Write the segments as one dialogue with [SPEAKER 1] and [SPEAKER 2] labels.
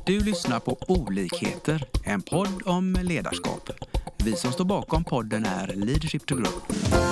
[SPEAKER 1] Du lyssnar på Olikheter, en podd om ledarskap. Vi som står bakom podden är Leadership to Grow.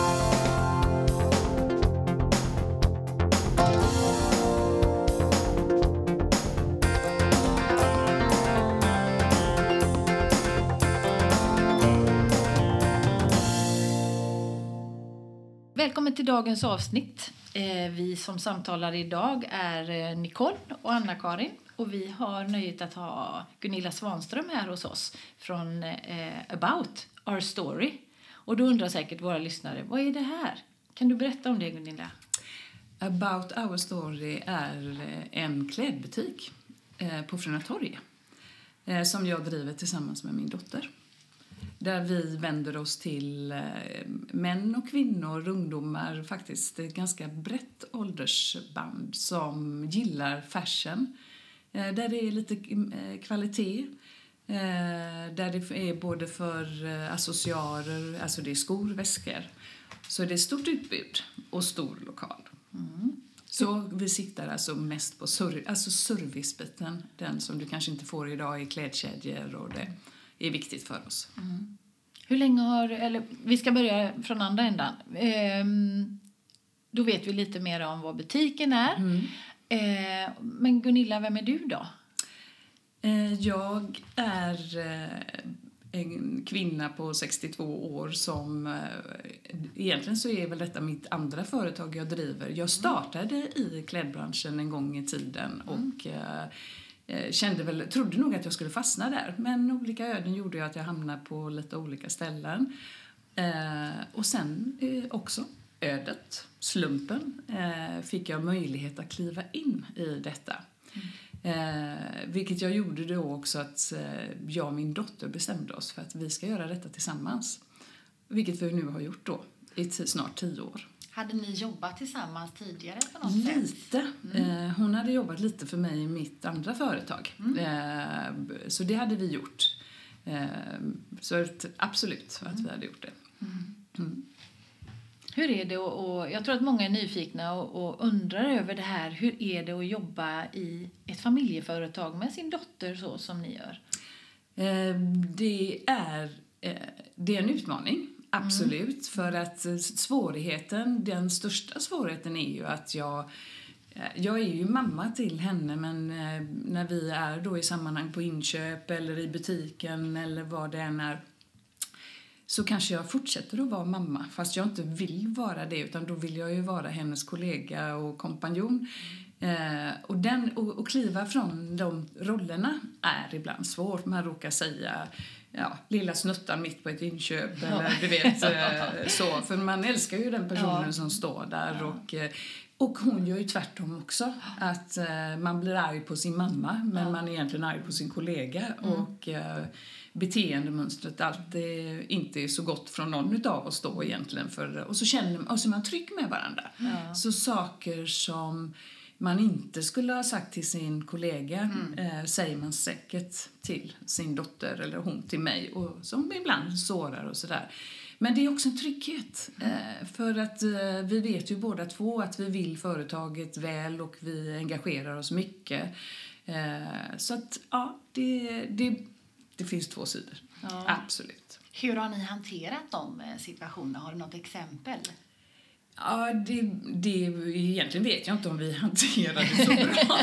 [SPEAKER 2] Välkommen till dagens avsnitt. Vi som samtalar idag är Nicole och Anna-Karin. Och vi har nöjet att ha Gunilla Svanström här hos oss från About Our Story. Och då undrar säkert våra lyssnare, vad är det här? Kan du berätta om det, Gunilla?
[SPEAKER 3] About Our Story är en klädbutik på Fröna Torg som jag driver tillsammans med min dotter. Där vi vänder oss till män och kvinnor, ungdomar, faktiskt ett ganska brett åldersband som gillar fashion. Där det är lite kvalitet, där det är både för accessoarer, alltså det är skor, väskor. Så det är stort utbud och stor lokal. Mm. Så vi siktar alltså mest på servicebiten, den som du kanske inte får idag i klädkedjor, och det är viktigt för oss.
[SPEAKER 2] Mm. Hur länge vi ska börja från andra ändan. Då vet vi lite mer om vad butiken är. Mm. Men Gunilla, vem är du då?
[SPEAKER 3] Jag är en kvinna på 62 år som... Egentligen så är väl detta mitt andra företag jag driver. Jag startade i klädbranschen en gång i tiden och... trodde nog att jag skulle fastna där. Men olika öden gjorde ju att jag hamnade på lite olika ställen. Och sen också ödet, slumpen, fick jag möjlighet att kliva in i detta. Vilket jag gjorde då också att jag och min dotter bestämde oss för att vi ska göra detta tillsammans. Vilket vi nu har gjort då i snart 10 år.
[SPEAKER 2] Hade ni jobbat tillsammans tidigare på något sätt?
[SPEAKER 3] Lite. Hon hade jobbat lite för mig i mitt andra företag. Så det hade vi gjort. Så absolut att vi hade gjort det.
[SPEAKER 2] Hur är det och jag tror att många är nyfikna och undrar över det här. Hur är det att jobba i ett familjeföretag med sin dotter så som ni gör?
[SPEAKER 3] Det är en utmaning. Absolut, för att den största svårigheten är ju att jag är ju mamma till henne, men när vi är då i sammanhang på inköp eller i butiken eller vad det än är, så kanske jag fortsätter att vara mamma fast jag inte vill vara det, utan då vill jag ju vara hennes kollega och kompanjon. Och kliva från de rollerna är ibland svårt. Man råkar säga lilla snuttan mitt på ett inköp eller du vet så, för man älskar ju den personen som står där och hon gör ju tvärtom också, att man blir arg på sin mamma men man är egentligen arg på sin kollega och beteendemönstret alltid inte är så gott från någon av oss då egentligen, och så är man trygg med varandra. Så saker som man inte skulle ha sagt till sin kollega säger man säkert till sin dotter eller hon till mig, och som ibland sårar och sådär. Men det är också en trygghet för att vi vet ju båda två att vi vill företaget väl och vi engagerar oss mycket. Så att det finns 2 sidor. Ja. Absolut.
[SPEAKER 2] Hur har ni hanterat de situationerna? Har du något exempel?
[SPEAKER 3] Ja, egentligen vet jag inte om vi hanterar det så bra.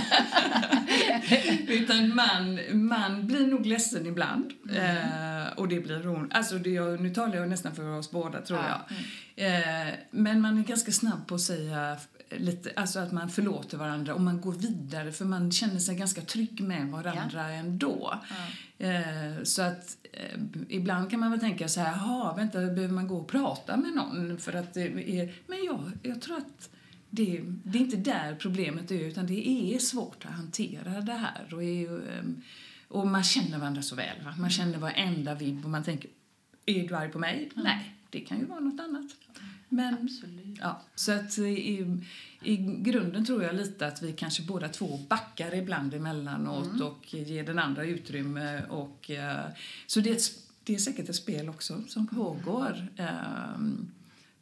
[SPEAKER 3] Utan man blir nog ledsen ibland. Och det blir hon. Alltså nu talar jag nästan för oss båda, tror jag. Men man är ganska snabb på att säga lite, alltså att man förlåter varandra och man går vidare, för man känner sig ganska trygg med varandra ändå. Så att ibland kan man väl tänka så här, behöver man gå och prata med någon för att men jag tror att det är inte där problemet är, utan det är svårt att hantera det här och man känner varandra så väl, va? Man känner varenda vibb och man tänker, är du arg på mig? Nej, det kan ju vara något annat. Men, absolut. Ja, så att i grunden tror jag lite att vi kanske båda två backar ibland emellanåt och ger den andra utrymme. Så det är säkert ett spel också som pågår.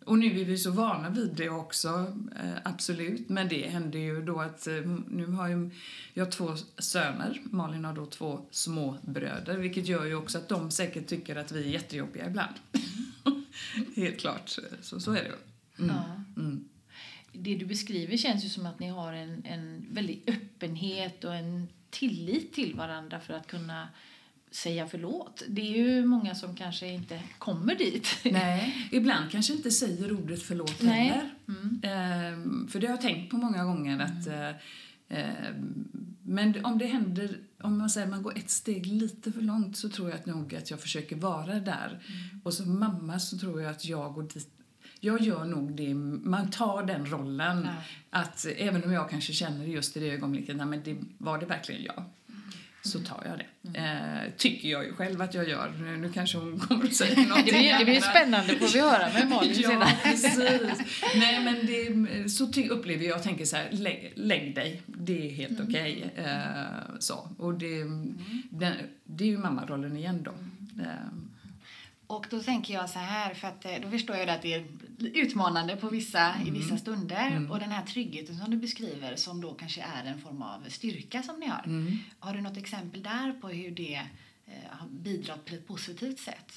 [SPEAKER 3] Och nu är vi så vana vid det också, absolut. Men det händer ju då att nu har jag 2 söner. Malin har då 2 små bröder, vilket gör ju också att de säkert tycker att vi är jättejobbiga ibland. Helt klart, så är det ju.
[SPEAKER 2] Det du beskriver känns ju som att ni har en väldig öppenhet och en tillit till varandra för att kunna säga förlåt. Det är ju många som kanske inte kommer dit.
[SPEAKER 3] Nej, ibland kanske inte säger ordet förlåt heller. För det har jag tänkt på många gånger att men om det händer, om man säger man går ett steg lite för långt, så tror jag nog att jag försöker vara där. Och som mamma så tror jag att jag går dit. Jag gör nog det, man tar den rollen, att även om jag kanske känner just i det ögonblicket, nej men det var det verkligen jag, så tar jag det. Tycker jag ju själv att jag gör. Nu kanske hon kommer att säga någonting.
[SPEAKER 2] Det blir spännande, får vi höra med Malin sedan.
[SPEAKER 3] Ja, precis. Nej, men så upplever jag tänker så här, lägg dig, det är helt okej. Så. Och det är ju mammarollen igen då.
[SPEAKER 4] Och då tänker jag så här, för att då förstår jag att det är utmanande på i vissa stunder. Och den här tryggheten som du beskriver, som då kanske är en form av styrka som ni har. Har du något exempel där på hur det har bidragit på ett positivt sätt?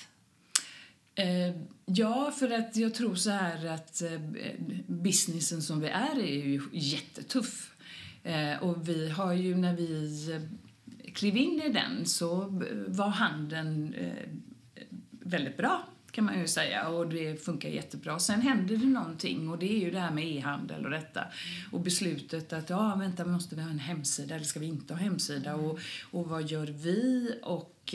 [SPEAKER 3] Ja, för att jag tror så här att businessen som vi är ju jättetuff. Och vi har ju, när vi klev in i den, så var handeln väldigt bra, kan man ju säga, och det funkar jättebra. Sen händer det någonting, och det är ju det här med e-handel och detta. Och beslutet att, vänta, måste vi ha en hemsida eller ska vi inte ha hemsida? Och vad gör vi? Och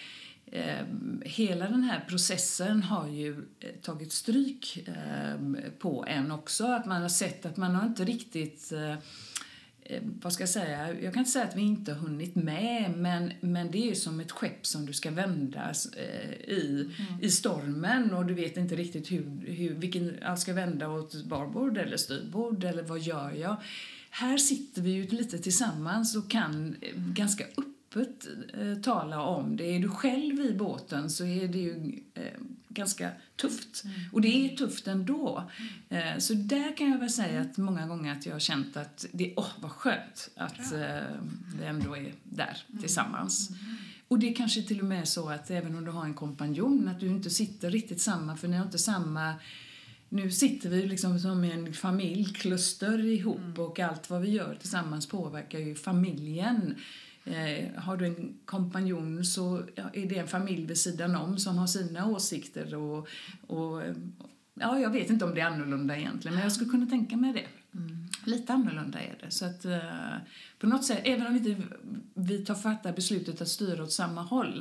[SPEAKER 3] hela den här processen har ju tagit stryk på en också. Att man har sett att man har inte riktigt... vad ska jag säga? Jag kan inte säga att vi inte har hunnit med, men det är ju som ett skepp som du ska vändas i stormen, och du vet inte riktigt vilken jag ska vända åt barbord eller styrbord, eller vad gör jag? Här sitter vi ju lite tillsammans och kan ganska öppet tala om det. Är du själv i båten så är det ju ganska tufft. Och det är tufft ändå. Så där kan jag väl säga att många gånger att jag har känt att det vad skönt att vi ändå är där tillsammans. Och det kanske till och med är så att även om du har en kompanjon, att du inte sitter riktigt samma, för ni har inte samma... Nu sitter vi liksom som en familjkluster ihop, och allt vad vi gör tillsammans påverkar ju familjen. Har du en kompanjon så är det en familj vid sidan om som har sina åsikter, och jag vet inte om det är annorlunda egentligen, men jag skulle kunna tänka mig det. Lite annorlunda är det. Så att på något sätt, även om inte vi fattar beslutet att styra åt samma håll,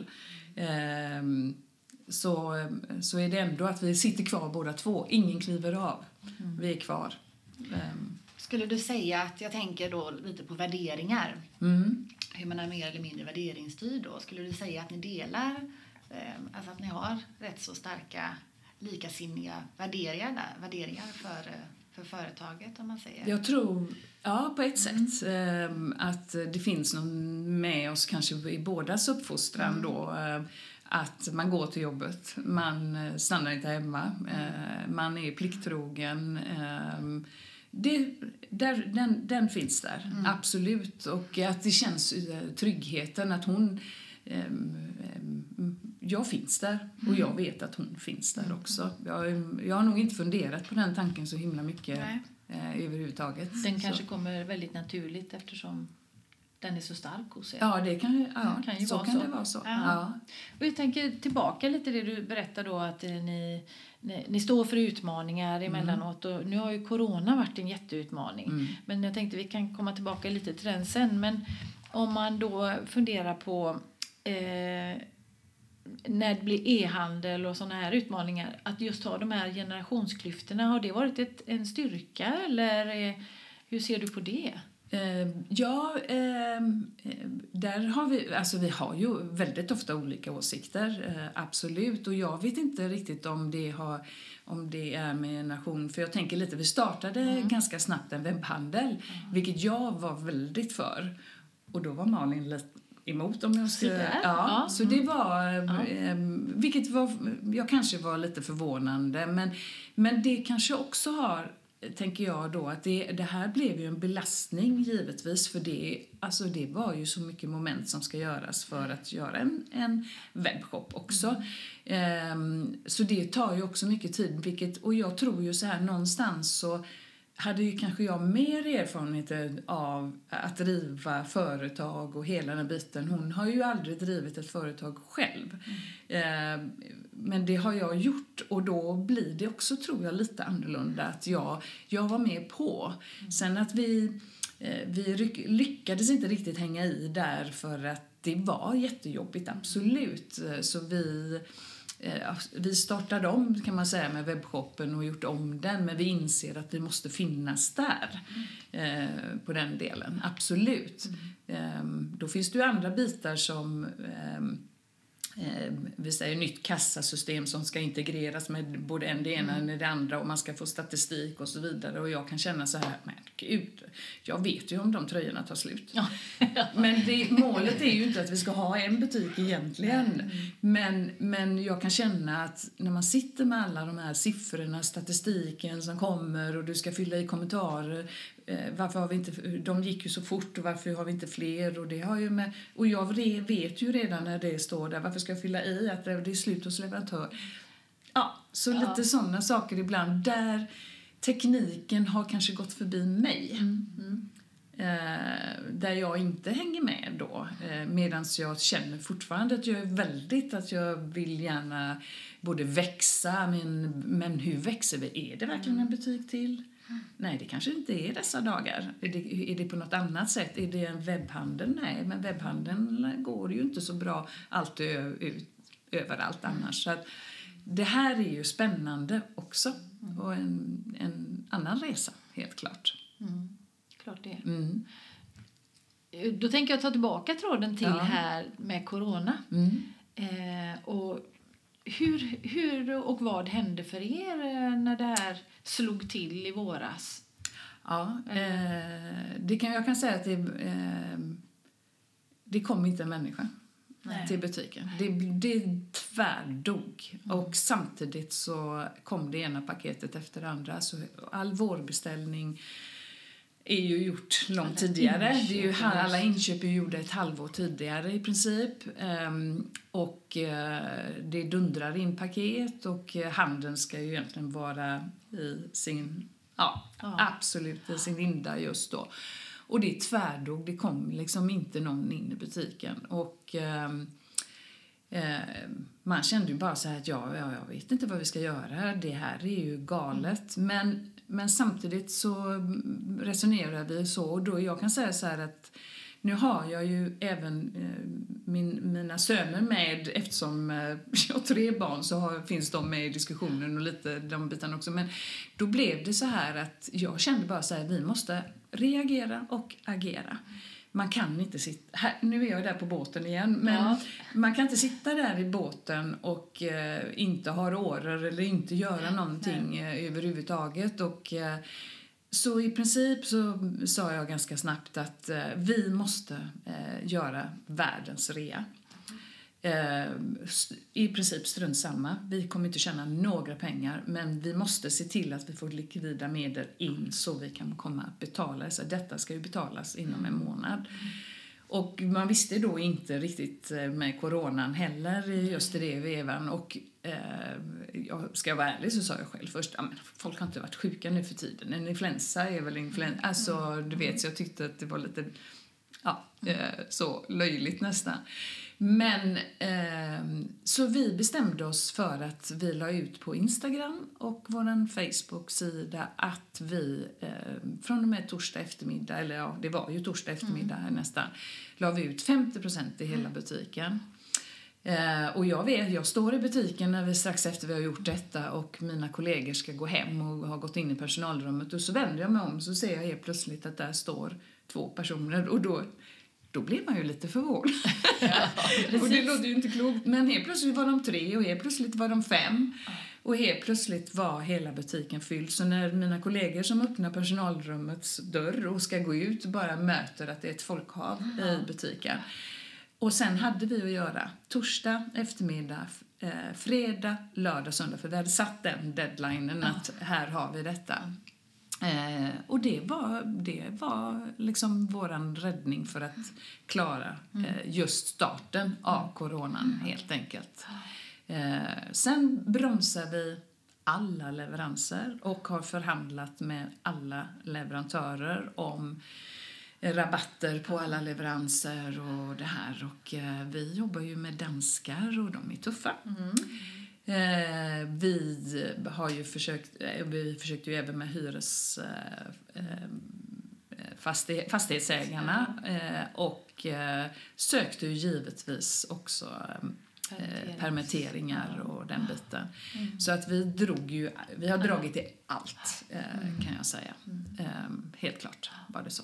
[SPEAKER 3] så är det ändå att vi sitter kvar båda två. Ingen kliver av. Vi är kvar.
[SPEAKER 4] Skulle du säga att, jag tänker då lite på värderingar, hur man är mer eller mindre värderingsstyrd då. Skulle du säga att ni delar, alltså att ni har rätt så starka likasinniga värderingar för företaget, om man säger?
[SPEAKER 3] Jag tror, på ett sätt, att det finns någon med oss kanske i bådas uppfostran då, att man går till jobbet, man stannar inte hemma, man är plikttrogen. Den finns där, absolut. Och att det känns tryggheten att hon... jag finns där, och jag vet att hon finns där också. Jag har nog inte funderat på den tanken så himla mycket överhuvudtaget.
[SPEAKER 2] Den kanske kommer väldigt naturligt eftersom den är så stark hos er.
[SPEAKER 3] Ja, det kan ju
[SPEAKER 2] vara
[SPEAKER 3] det vara så.
[SPEAKER 2] Ja. Och jag tänker tillbaka lite det du berättade då, att ni står för utmaningar emellanåt, och nu har ju corona varit en jätteutmaning. Men jag tänkte vi kan komma tillbaka lite till den sen. Men om man då funderar på när det blir e-handel och sådana här utmaningar, att just ha de här generationsklyftorna, har det varit en styrka, eller hur ser du på det?
[SPEAKER 3] Där har vi har ju väldigt ofta olika åsikter, absolut, och jag vet inte riktigt om det är med generation, för jag tänker lite, vi startade ganska snabbt en webbhandel, vilket jag var väldigt för, och då var Malin emot om jag ska...
[SPEAKER 2] Sådär.
[SPEAKER 3] Ja,
[SPEAKER 2] Ja.
[SPEAKER 3] så det var... vilket var... Jag kanske var lite förvånande. Men det kanske också har, tänker jag då, att det här blev ju en belastning givetvis. För det var ju så mycket moment som ska göras för att göra en webbshop också. Så det tar ju också mycket tid. Och jag tror ju så här, någonstans så hade ju kanske jag mer erfarenhet av att driva företag och hela den biten. Hon har ju aldrig drivit ett företag själv. Men det har jag gjort, och då blir det också, tror jag, lite annorlunda att jag var med på. Sen att vi lyckades inte riktigt hänga i där för att det var jättejobbigt, absolut. Så vi startade om, kan man säga, med webbshoppen och gjort om den, men vi inser att vi måste finnas där på den delen, absolut. Då finns det ju andra bitar som vi säger nytt kassasystem som ska integreras med både det ena och det andra, och man ska få statistik och så vidare, och jag kan känna så här, men gud, jag vet ju om de tröjorna tar slut. Ja. Men målet är ju inte att vi ska ha en butik egentligen, men jag kan känna att när man sitter med alla de här siffrorna, statistiken som kommer, och du ska fylla i kommentarer, varför har vi inte, de gick ju så fort och varför har vi inte fler, och det har ju med, och jag vet ju redan när det står där, varför ska jag fylla i att det är slut hos leverantör. Ja, så lite sådana saker ibland där tekniken har kanske gått förbi mig. Där jag inte hänger med då, medan jag känner fortfarande att jag vill gärna både växa, men hur växer vi? Är det verkligen en butik till? Nej, det kanske inte är dessa dagar. Är det på något annat sätt? Är det en webbhandel? Nej, men webbhandeln går ju inte så bra överallt annars. Så att det här är ju spännande också. Och en annan resa, helt klart.
[SPEAKER 2] Klart det. Då tänker jag ta tillbaka tråden till här med corona. Och hur och vad hände för er när det här slog till i våras?
[SPEAKER 3] Ja, jag kan säga att det kom inte en människa till butiken. Det tvärdog. Och samtidigt så kom det ena paketet efter det andra. Så all vårbeställning är ju gjort långt tidigare. Det är ju alla inköp är gjorda ett halvår tidigare i princip. Och det dundrar in paket, och handeln ska ju egentligen vara i sin, absolut i sin linda just då. Och det tvärdog, det kom liksom inte någon in i butiken. Och man kände ju bara så här att jag vet inte vad vi ska göra. Det här är ju galet. Men samtidigt så resonerar vi så, och då jag kan säga så här att nu har jag ju även mina söner med, eftersom jag har 3 barn så finns de med i diskussionen och lite de bitarna också. Men då blev det så här att jag kände bara så här, vi måste reagera och agera. Man kan inte sitta, nu är jag där på båten igen, men man kan inte sitta där i båten och inte ha råror eller inte göra någonting överhuvudtaget. Och så i princip så sa jag ganska snabbt att vi måste göra världens rea. I princip strunt samma. Vi kommer inte tjäna några pengar, men vi måste se till att vi får likvida medel in så vi kan komma att betala. Så detta ska ju betalas inom en månad. Och man visste då inte riktigt med coronan heller just i det vevan. Och jag ska vara ärlig så sa jag själv först, men folk har inte varit sjuka nu för tiden. En influensa är väl influensa. Alltså du vet, så jag tyckte att det var lite så löjligt nästan. Men så vi bestämde oss för att vi la ut på Instagram och vår Facebook-sida att vi från och med torsdag eftermiddag, eller det var ju torsdag eftermiddag här nästan, la vi ut 50% i hela butiken. Och jag står i butiken när strax efter vi har gjort detta och mina kollegor ska gå hem och har gått in i personalrummet, och så vänder jag mig om så ser jag helt plötsligt att där står 2 personer, och då blev man ju lite förvånad. Och det låter ju inte klokt. Men helt plötsligt var de 3 och helt plötsligt var de 5. Och helt plötsligt var hela butiken fylld. Så när mina kollegor som öppnar personalrummets dörr och ska gå ut bara möter att det är ett folkhav i butiken. Och sen hade vi att göra torsdag eftermiddag, fredag, lördag, söndag. För vi hade satt den deadlinen att här har vi detta. Och det var liksom våran räddning för att klara just starten av coronan helt enkelt. Sen bromsar vi alla leveranser och har förhandlat med alla leverantörer om rabatter på alla leveranser och det här. Och vi jobbar ju med danskar och de är tuffa. Vi har ju försökte ju även med fastighetsägarna och sökte ju givetvis också permitteringar och den biten. Så att vi har dragit i allt kan jag säga. Helt klart var det så.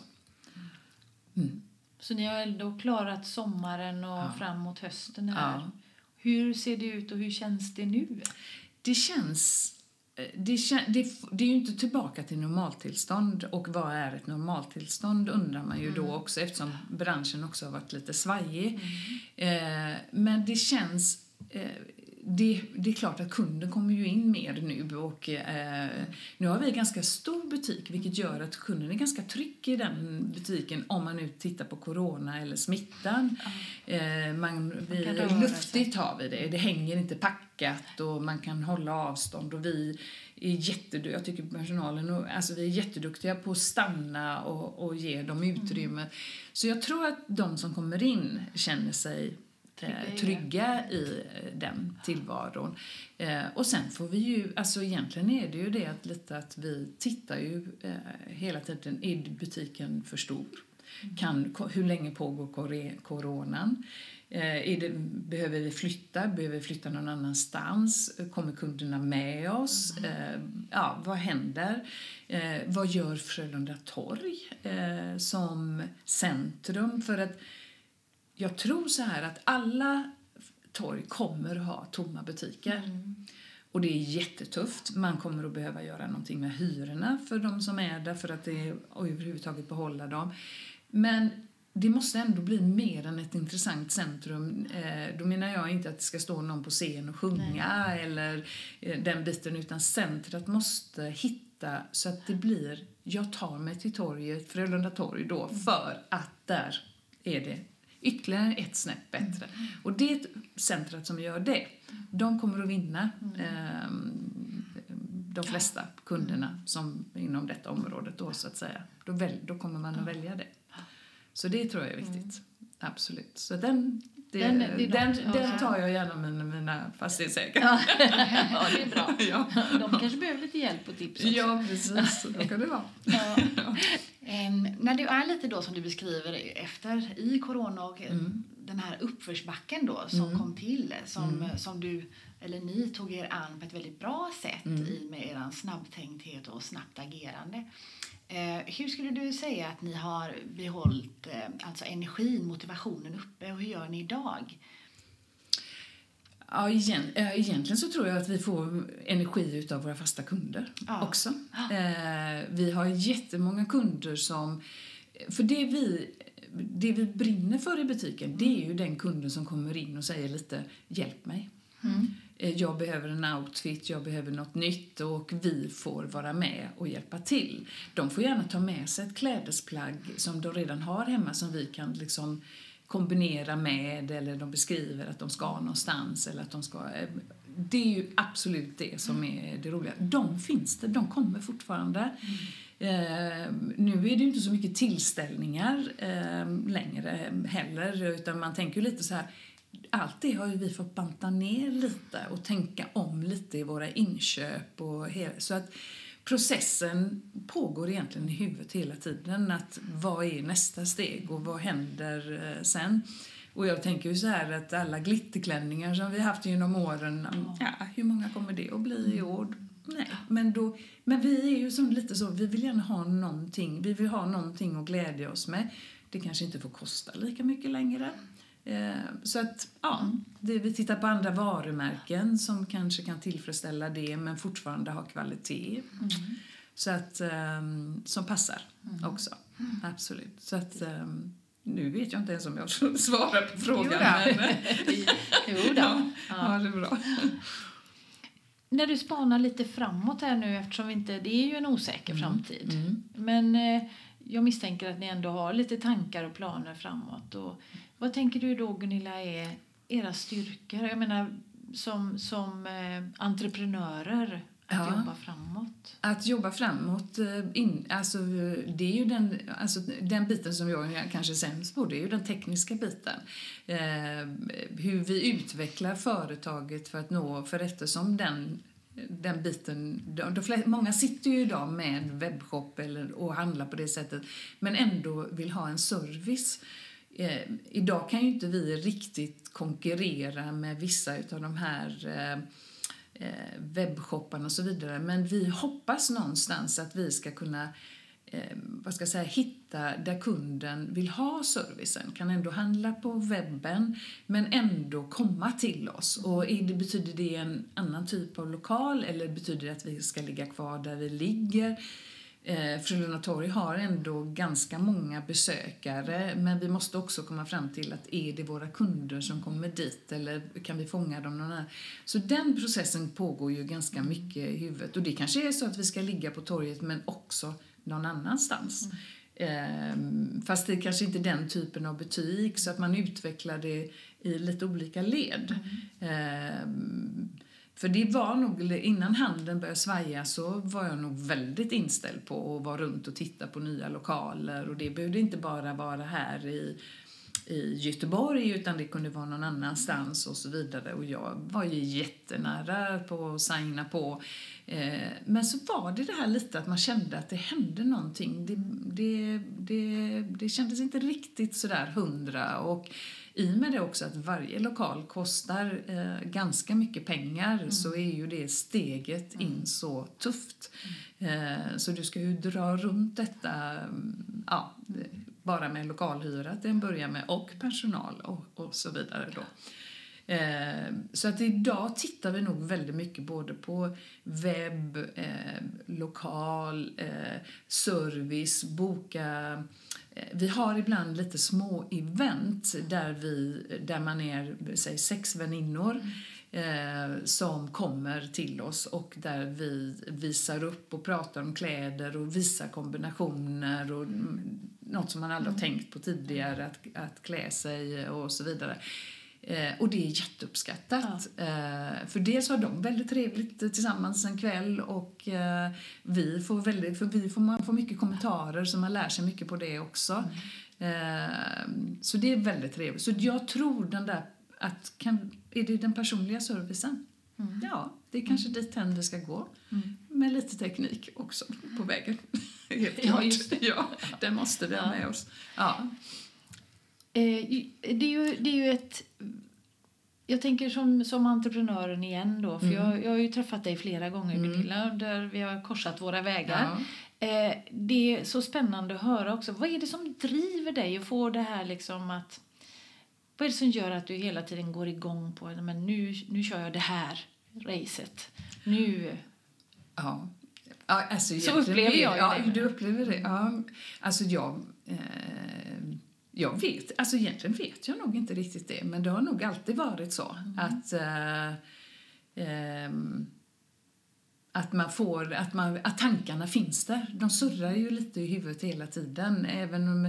[SPEAKER 2] Så ni har ändå klarat sommaren och fram mot hösten här. Ja. Hur ser det ut och hur känns det nu?
[SPEAKER 3] Det känns... Det är ju inte tillbaka till normaltillstånd. Och vad är ett normaltillstånd undrar man ju då också, eftersom branschen också har varit lite svajig. Men det känns... Det är klart att kunden kommer ju in mer nu och nu har vi en ganska stor butik, vilket gör att kunden är ganska trygg i den butiken om man nu tittar på corona eller smittan. Luftigt har vi det hänger inte packat och man kan hålla avstånd och vi är jag tycker personalen, alltså vi är jätteduktiga på att stanna och ge dem utrymme. Så jag tror att de som kommer in känner sig trygga i den tillvaron. Och sen får vi ju, alltså egentligen är det ju det att vi tittar ju hela tiden, är butiken för stor? Hur länge pågår coronan? Behöver vi flytta någon annanstans? Kommer kunderna med oss? Vad händer? Vad gör Frölunda Torg som centrum? För att jag tror så här att alla torg kommer att ha tomma butiker. Och det är jättetufft. Man kommer att behöva göra någonting med hyrorna för de som är där för att överhuvudtaget behålla dem. Men det måste ändå bli mer än ett intressant centrum. Då menar jag inte att det ska stå någon på scen och sjunga eller den biten, utan centret måste hitta så att det blir, jag tar mig till torget, Frölunda Torg då, för att där är det ytterligare ett snäpp bättre. Och det centret som gör det, de kommer att vinna de flesta kunderna som inom detta området då, så att säga. Då kommer man att välja det. Så det tror jag är viktigt. Absolut. Så den tar jag gärna med mina fastighetsägare.
[SPEAKER 2] Ja, det är bra.
[SPEAKER 3] Ja.
[SPEAKER 2] De kanske behöver lite hjälp och tips också.
[SPEAKER 3] Ja, precis. Då kan det vara.
[SPEAKER 4] Ja. När du är lite då som du beskriver efter i corona och den här uppförsbacken då som kom till, som du eller ni tog er an på ett väldigt bra sätt i med er snabbtänkthet och snabbt agerande. Hur skulle du säga att ni har behållit alltså energin, motivationen uppe, och hur gör ni idag?
[SPEAKER 3] Ja, egentligen så tror jag att vi får energi utav våra fasta kunder också. Vi har jättemånga kunder som... För det vi brinner för i butiken, det är ju den kunden som kommer in och säger lite, hjälp mig. Jag behöver en outfit, jag behöver något nytt, och vi får vara med och hjälpa till. De får gärna ta med sig ett klädesplagg som de redan har hemma som vi kan liksom kombinera med, eller de beskriver att de ska någonstans eller att de ska... Det är ju absolut det som är det roliga. De finns det, de kommer fortfarande. Nu är det ju inte så mycket tillställningar längre heller, utan man tänker ju lite så här, allt det har ju vi fått banta ner lite och tänka om lite i våra inköp och så att processen pågår egentligen i huvudet hela tiden, att vad är nästa steg och vad händer sen. Och jag tänker ju så här att alla glitterklänningar som vi har haft genom åren, hur många kommer det att bli i år? Nej, men vi är ju som lite så, vi vill gärna ha någonting, vi vill ha någonting att glädja oss med. Det kanske inte får kosta lika mycket längre. Så att vi tittar på andra varumärken som kanske kan tillfredsställa det men fortfarande ha kvalitet. Så att som passar också. Absolut. Så att Nu vet jag inte ens om jag svarar på frågan.
[SPEAKER 2] Jo då.
[SPEAKER 3] Ja, det är bra.
[SPEAKER 2] När du spanar lite framåt här nu, eftersom det är ju en osäker framtid. Men jag misstänker att ni ändå har lite tankar och planer framåt. Och vad tänker du då, Gunilla, är era styrkor? Jag menar, som entreprenörer, att jobba framåt.
[SPEAKER 3] Att jobba framåt, det är ju den biten som jag kanske sämst på, det är ju den tekniska biten. Hur vi utvecklar företaget för att nå, för eftersom den biten, många sitter ju idag med webbshop och handlar på det sättet, men ändå vill ha en service. Idag kan ju inte vi riktigt konkurrera med vissa av de här webbshopparna och så vidare, men vi hoppas någonstans att vi ska kunna hitta där kunden vill ha servicen, kan ändå handla på webben men ändå komma till oss. Och betyder det en annan typ av lokal, eller betyder det att vi ska ligga kvar där vi ligger? Frölunda Torg har ändå ganska många besökare, men vi måste också komma fram till att är det våra kunder som kommer dit, eller kan vi fånga dem någon annan? Så den processen pågår ju ganska mycket i huvudet, och det kanske är så att vi ska ligga på torget men också någon annanstans. Fast det är kanske inte den typen av butik, så att man utvecklar det i lite olika led. För det var nog, innan handeln började svaja, så var jag nog väldigt inställd på att vara runt och titta på nya lokaler. Och det behövde inte bara vara här i Göteborg, utan det kunde vara någon annanstans och så vidare. Och jag var ju jättenära på att signa på. Men så var det här lite att man kände att det hände någonting. Det kändes inte riktigt sådär 100. Och i och med det också att varje lokal kostar ganska mycket pengar, så är ju det steget in så tufft. Så du ska ju dra runt detta bara med lokalhyra till en början med, och personal och så vidare då. Så att idag tittar vi nog väldigt mycket både på webb, lokal, service, boka. Vi har ibland lite små event där man är, säg 6 väninnor som kommer till oss, och där vi visar upp och pratar om kläder och visar kombinationer och något som man aldrig har tänkt på tidigare, att klä sig och så vidare. Och det är jätteuppskattat. För dels har de väldigt trevligt tillsammans en kväll, och man får mycket kommentarer, så man lär sig mycket på det också. Så det är väldigt trevligt. Så jag tror är det den personliga servicen? Ja, det är kanske dit vi ska gå. Med lite teknik också på vägen. Helt klart. Ja, det måste vi ha med oss. Ja.
[SPEAKER 2] Det är ju ett... Jag tänker som entreprenören igen då, för jag har ju träffat dig flera gånger, Gunilla, där vi har korsat våra vägar. Ja. Det är så spännande att höra också. Vad är det som driver dig och får det här liksom att... Vad är det som gör att du hela tiden går igång på, men nu kör jag det här racet. Nu...
[SPEAKER 3] Ja, alltså
[SPEAKER 2] så upplever jag
[SPEAKER 3] det. Ja, du upplever det. Ja, alltså jag vet, alltså egentligen vet jag nog inte riktigt det, men det har nog alltid varit så att tankarna finns där. De surrar ju lite i huvudet hela tiden, även om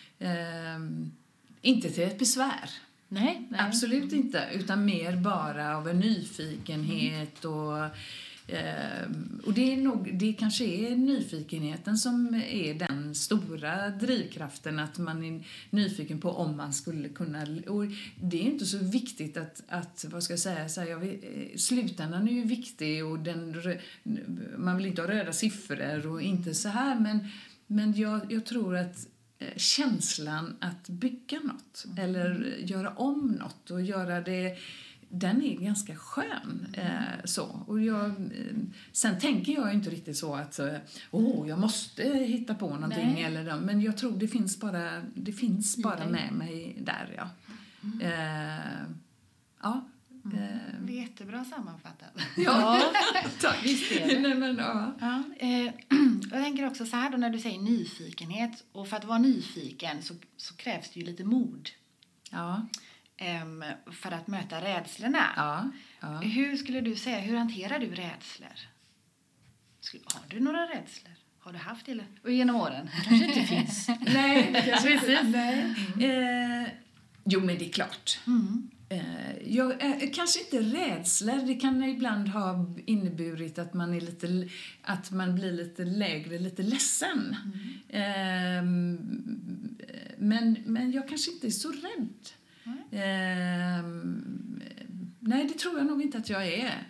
[SPEAKER 3] inte till ett besvär.
[SPEAKER 2] Nej.
[SPEAKER 3] Absolut inte, utan mer bara av en nyfikenhet och det kanske är nyfikenheten som är den stora drivkraften, att man är nyfiken på om man skulle kunna, och det är inte så viktigt att vad ska jag säga, slutändan är ju viktig, och man vill inte ha röda siffror och inte så här, men jag tror att känslan att bygga något eller göra om något och göra det, den är ganska skön. Och sen tänker jag inte riktigt så att jag måste hitta på någonting, men jag tror det finns bara med mig där.
[SPEAKER 4] Det är jättebra sammanfattat.
[SPEAKER 3] Ja, tack.
[SPEAKER 2] Visst är det.
[SPEAKER 3] Nej, men, ja.
[SPEAKER 4] Ja, jag tänker också så här då när du säger nyfikenhet. Och för att vara nyfiken så krävs det ju lite mod.
[SPEAKER 3] Ja.
[SPEAKER 4] För att möta rädslorna.
[SPEAKER 3] Ja.
[SPEAKER 4] Hur skulle du säga, hur hanterar du rädslor? Har du några rädslor? Har du haft det och genom åren?
[SPEAKER 2] Kanske inte finns.
[SPEAKER 3] Nej,
[SPEAKER 2] Precis.
[SPEAKER 3] Nej. Jo, men det är klart. Kanske inte rädslor. Det kan ibland ha inneburit att man blir lite lägre, lite ledsen. Men jag kanske inte är så rädd. Nej, det tror jag nog inte att jag är.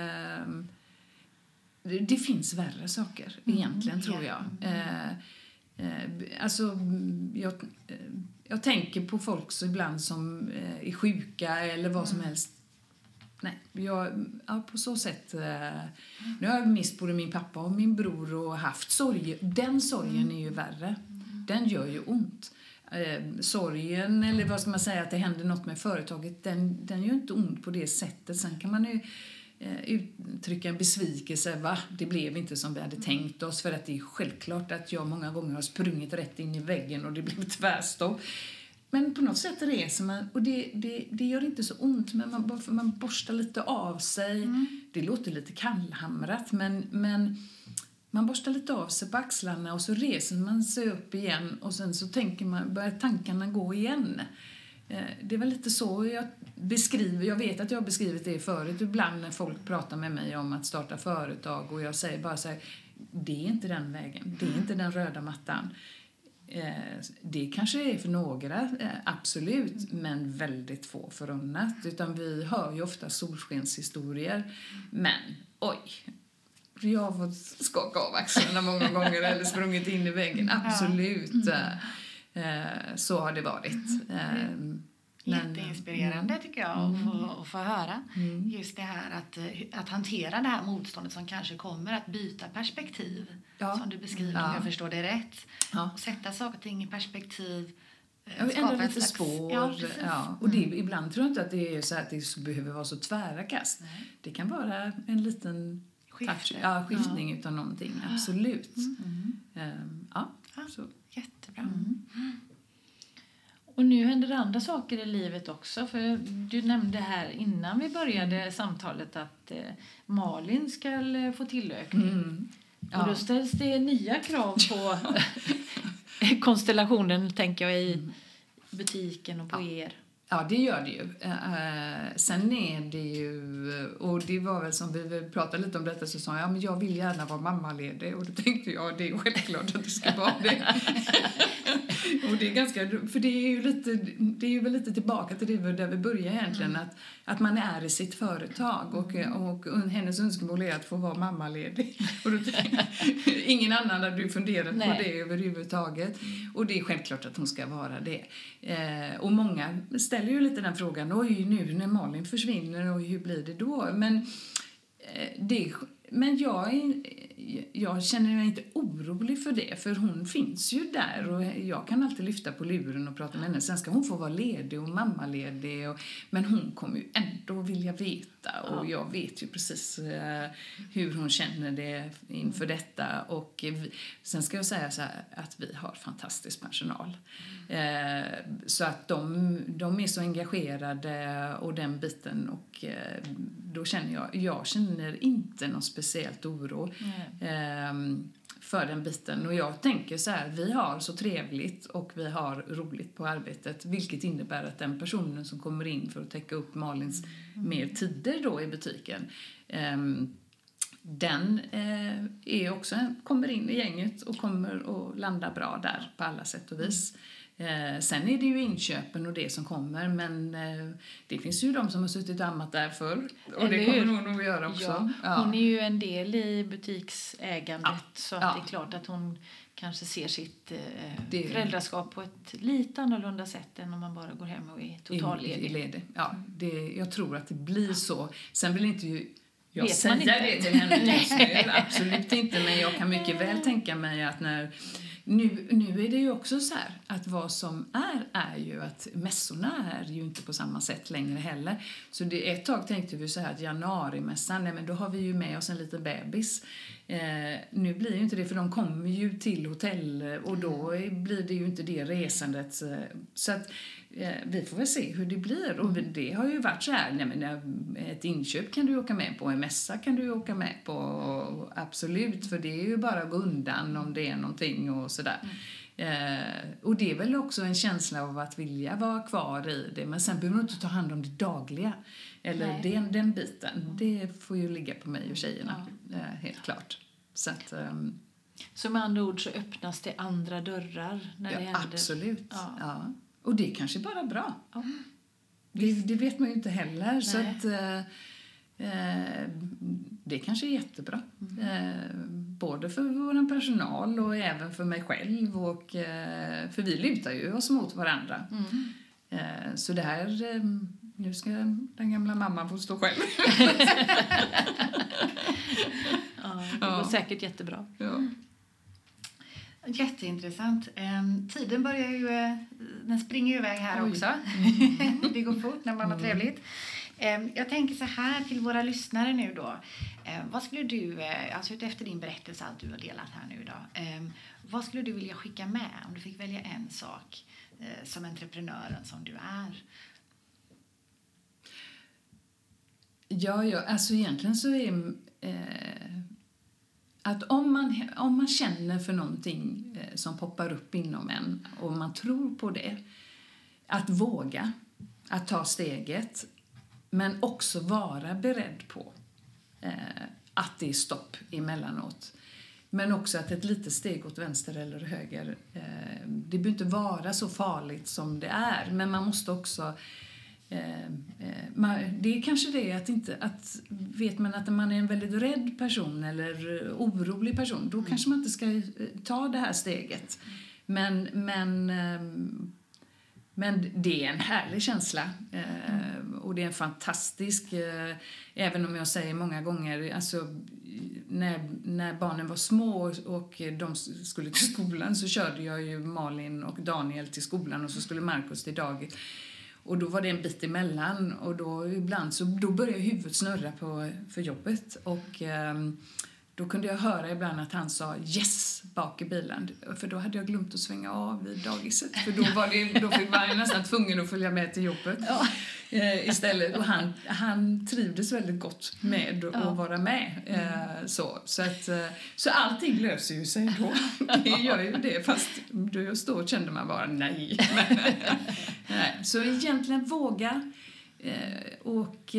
[SPEAKER 3] Det finns värre saker egentligen, tror jag. Alltså, jag tänker på folk så ibland som är sjuka eller vad som helst. Nej, på så sätt. Nu har jag mist både min pappa och min bror och haft sorg. Den sorgen är ju värre. Den gör ju ont. Sorgen, eller vad ska man säga, att det händer något med företaget, den gör ju inte ont på det sättet. Sen kan man ju uttrycka en besvikelse, det blev inte som vi hade tänkt oss, för att det är självklart att jag många gånger har sprungit rätt in i väggen och det blev tvärstopp. Men på något sätt reser man, och det gör inte så ont, men man borstar lite av sig. Det låter lite kallhamrat, men man borstar lite av sig på axlarna och så reser man sig upp igen och sen så börjar tankarna gå igen. Det var lite så jag beskriver. Jag vet att jag har beskrivit det förut ibland när folk pratar med mig om att starta företag, och jag säger bara så här: det är inte den vägen, det är inte den röda mattan. Det kanske är för några, absolut, men väldigt få förunnat. Utan vi hör ju ofta solskenshistorier. Men, jag har fått skaka av axlarna många gånger eller sprungit in i väggen, absolut. Så har det varit.
[SPEAKER 4] Jätteinspirerande tycker jag att få höra. Just det här att hantera det här motståndet som kanske kommer, att byta perspektiv, som du beskriver, om jag förstår det rätt. Och sätta saker och ting i perspektiv.
[SPEAKER 3] Ändra lite spår. Och ibland tror jag inte att det är så att det behöver vara så tvära kast. Det kan vara en liten skiftning utav någonting, absolut. Så.
[SPEAKER 4] Jättebra.
[SPEAKER 2] Och nu händer det andra saker i livet också. För du nämnde här innan vi började samtalet att Malin ska få tillökning. Och då ställs det nya krav på konstellationen, tänker jag, i butiken och på er.
[SPEAKER 3] Ja, det gör det ju. Sen är det ju, och det var väl som vi pratade lite om detta, så sa jag, men jag vill gärna vara mammaledig. Och då tänkte jag, det är självklart att det ska vara det. Och det är ganska, för det är ju väl lite tillbaka till det där vi börjar egentligen, att man är i sitt företag och hennes önskemål är att få vara mammaledig. Och då ingen annan hade funderat på det överhuvudtaget. Och det är självklart att hon ska vara det. Och många ställer ju lite den frågan, oj, nu när Malin försvinner, och hur blir det då? Men jag känner mig inte orolig för det, för hon finns ju där och jag kan alltid lyfta på luren och prata med henne. Sen ska hon få vara ledig och mammaledig, men hon kommer ju ändå vilja veta, och jag vet ju precis hur hon känner det inför detta. Och sen ska jag säga så här, att vi har fantastisk personal. Så att de är så engagerade och den biten, och då känner jag känner inte någon speciellt oro för den biten. Och jag tänker så här, vi har så trevligt och vi har roligt på arbetet, vilket innebär att den personen som kommer in för att täcka upp Malins mer tider då i butiken, den är också, kommer in i gänget och kommer att landa bra där på alla sätt och vis. Sen är det ju inköpen och det som kommer, men det finns ju de som har suttit och ammat där förr, och det kommer hon nog att göra också.
[SPEAKER 2] Hon är ju en del i butiksägandet, så att det är klart att hon kanske ser sitt föräldraskap på ett lite annorlunda sätt än om man bara går hem och är totalledig.
[SPEAKER 3] Jag tror att det blir så. Sen vill inte jag säga det till henne just nu, absolut inte, men jag kan mycket väl tänka mig att när Nu är det ju också så här att vad som är ju att mässorna är ju inte på samma sätt längre heller. Så ett tag tänkte vi så här att januarimässan, nej men då har vi ju med oss en liten bebis. Nu blir ju inte det, för de kommer ju till hotell och då blir det ju inte det resandet. Så att vi får väl se hur det blir. Och det har ju varit så här, nej men ett inköp kan du åka med på, en mässa kan du åka med på, absolut, för det är ju bara att gå undan om det är någonting och sådär. Och det är väl också en känsla av att vilja vara kvar i det, men sen behöver du inte ta hand om det dagliga eller den biten. Det får ju ligga på mig och tjejerna, helt klart. Så att,
[SPEAKER 2] så med andra ord så öppnas det andra dörrar när det händer.
[SPEAKER 3] Absolut. Ja. Och det är kanske bara bra. Ja. Det vet man ju inte heller. Nej. Så att det kanske är jättebra. Både för vår personal och även för mig själv. Och, för vi lutar ju oss mot varandra. Så det här, nu ska den gamla mamman få stå själv.
[SPEAKER 2] Det går säkert jättebra.
[SPEAKER 3] Ja.
[SPEAKER 4] Jätteintressant. Tiden börjar ju, den springer ju iväg här också. Det går fort när man har trevligt. Jag tänker så här till våra lyssnare nu då. Vad skulle du, alltså efter din berättelse, allt du har delat här nu idag. Vad skulle du vilja skicka med om du fick välja en sak som entreprenören som du är?
[SPEAKER 3] Ja, alltså egentligen så är att om man känner för någonting som poppar upp inom en och man tror på det, att våga, att ta steget, men också vara beredd på att det är stopp emellanåt. Men också att ett litet steg åt vänster eller höger, det behöver inte vara så farligt som det är, men man måste också det är kanske det att vet man att man är en väldigt rädd person eller orolig person, då kanske man inte ska ta det här steget. Men det är en härlig känsla och det är en fantastisk, även om jag säger många gånger, alltså när barnen var små och de skulle till skolan, så körde jag ju Malin och Daniel till skolan och så skulle Markus till dagis. Och då var det en bit emellan och då ibland då började huvudet snurra för jobbet och då kunde jag höra ibland att han sa yes bak i bilen, för då hade jag glömt att svänga av vid dagiset, för då fick man nästan tvungen att följa med till jobbet istället, och han trivdes väldigt gott med att vara med så allting löser ju sig då. Det gör ju det, fast då kände man bara nej. Så egentligen våga och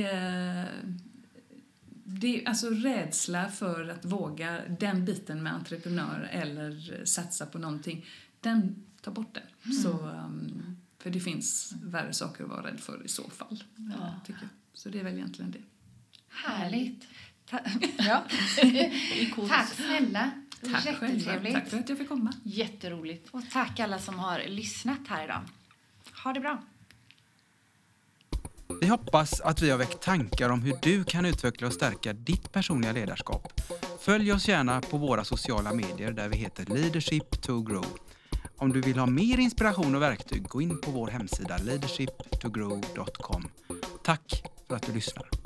[SPEAKER 3] det, alltså rädsla för att våga den biten med entreprenör eller satsa på någonting, ta bort den. Så, för det finns värre saker att vara rädd för i så fall, tycker jag. Så det är väl egentligen det.
[SPEAKER 4] Härligt.
[SPEAKER 2] Ja.
[SPEAKER 4] Tack snälla.
[SPEAKER 3] Tack
[SPEAKER 4] jättetrevligt.
[SPEAKER 3] Tack för att jag fick komma.
[SPEAKER 2] Jätteroligt.
[SPEAKER 4] Och tack alla som har lyssnat här idag. Ha det bra.
[SPEAKER 1] Vi hoppas att vi har väckt tankar om hur du kan utveckla och stärka ditt personliga ledarskap. Följ oss gärna på våra sociala medier där vi heter Leadership to Grow. Om du vill ha mer inspiration och verktyg, gå in på vår hemsida leadershiptogrow.com. Tack för att du lyssnar.